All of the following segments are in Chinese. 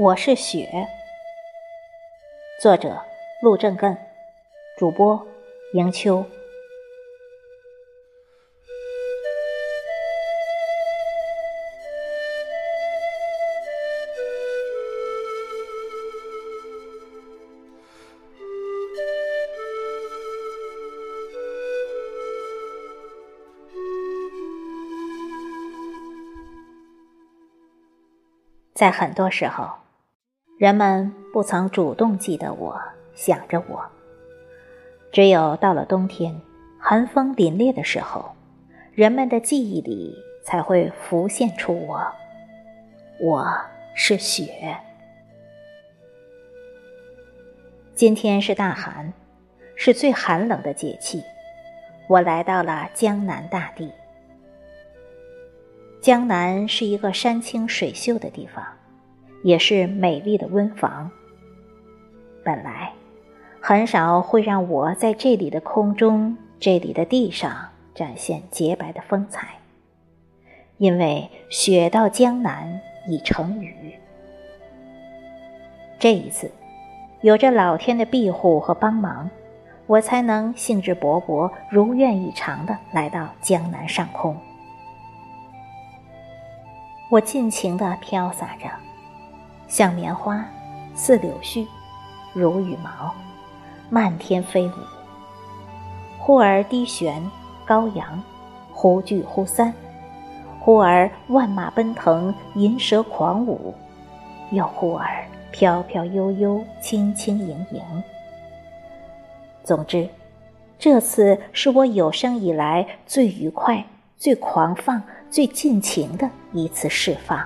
我是雪，作者陆正艮，主播迎秋。在很多时候，人们不曾主动记得我，想着我。只有到了冬天，寒风凛冽的时候，人们的记忆里才会浮现出我。我是雪。今天是大寒，是最寒冷的节气。我来到了江南大地。江南是一个山清水秀的地方，也是美丽的温房。本来很少会让我在这里的空中，这里的地上展现洁白的风采，因为雪到江南已成雨。这一次有着老天的庇护和帮忙，我才能兴致勃勃如愿以偿地来到江南上空。我尽情地飘洒着，像棉花，似柳絮，如羽毛，漫天飞舞。忽而低旋高扬，忽聚忽散；忽而万马奔腾，银蛇狂舞；又忽而飘飘悠悠，轻轻盈盈。总之，这次是我有生以来最愉快、最狂放、最尽情的一次释放。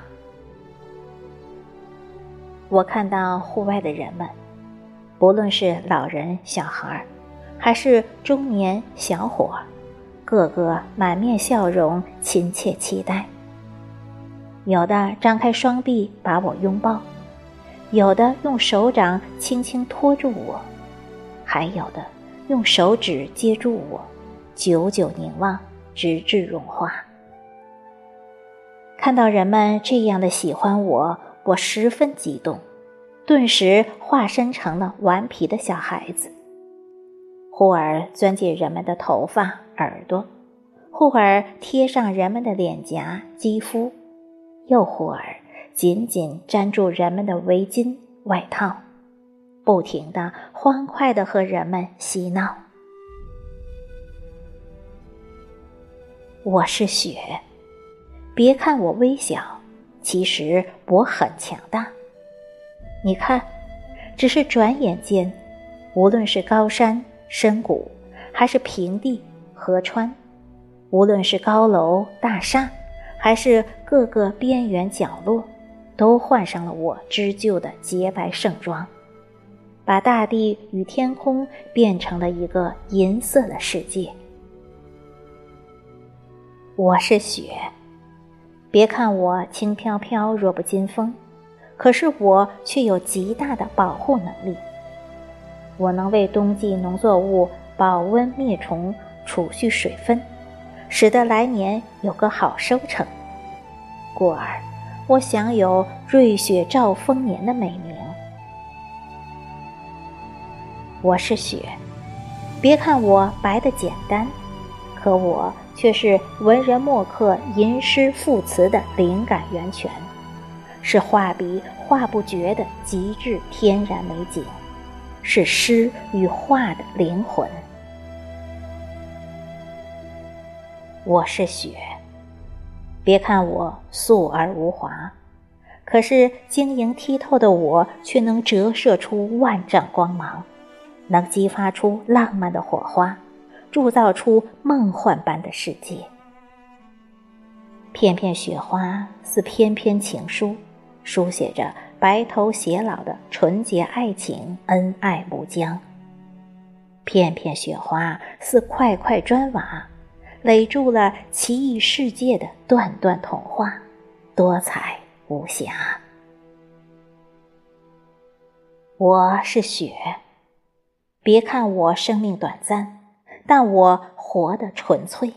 我看到户外的人们，不论是老人小孩，还是中年小伙，个个满面笑容，亲切期待。有的张开双臂把我拥抱，有的用手掌轻轻托住我，还有的用手指接住我，久久凝望，直至融化。看到人们这样的喜欢我，我十分激动，顿时化身成了顽皮的小孩子。忽而钻进人们的头发、耳朵，忽而贴上人们的脸颊、肌肤，又忽而紧紧粘住人们的围巾、外套，不停地欢快地和人们嬉闹。我是雪，别看我微小，其实我很强大。你看，只是转眼间，无论是高山深谷，还是平地河川，无论是高楼大厦，还是各个边缘角落，都换上了我织就的洁白盛装，把大地与天空变成了一个银色的世界。我是雪，别看我轻飘飘弱不禁风，可是我却有极大的保护能力。我能为冬季农作物保温灭虫，储蓄水分，使得来年有个好收成。故而我享有瑞雪兆丰年的美名。我是雪，别看我白得简单，可我却是文人墨客吟诗赋词的灵感源泉，是画笔画不绝的极致天然美景，是诗与画的灵魂。我是雪，别看我素而无华，可是晶莹剔透的我却能折射出万丈光芒，能激发出浪漫的火花，铸造出梦幻般的世界。片片雪花似篇篇情书，书写着白头偕老的纯洁爱情，恩爱无疆。片片雪花似块块砖瓦，垒住了奇异世界的段段童话，多彩无瑕。我是雪，别看我生命短暂，但我活得纯粹。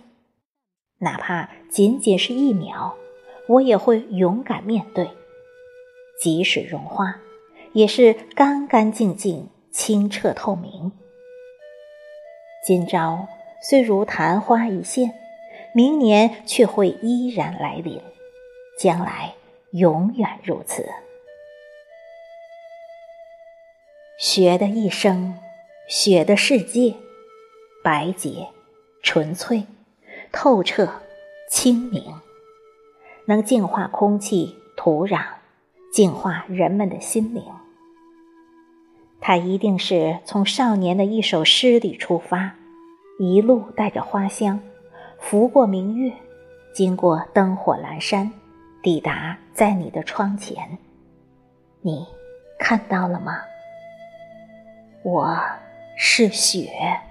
哪怕仅仅是1秒，我也会勇敢面对。 即使融化，也是干干净净、清澈透明。今朝虽如昙花一现，明年却会依然来临，将来永远如此。雪的一生，雪的世界，白洁、纯粹、透彻、清明，能净化空气、土壤，净化人们的心灵。它一定是从少年的一首诗里出发，一路带着花香，拂过明月，经过灯火阑珊，抵达在你的窗前。你看到了吗？我是雪。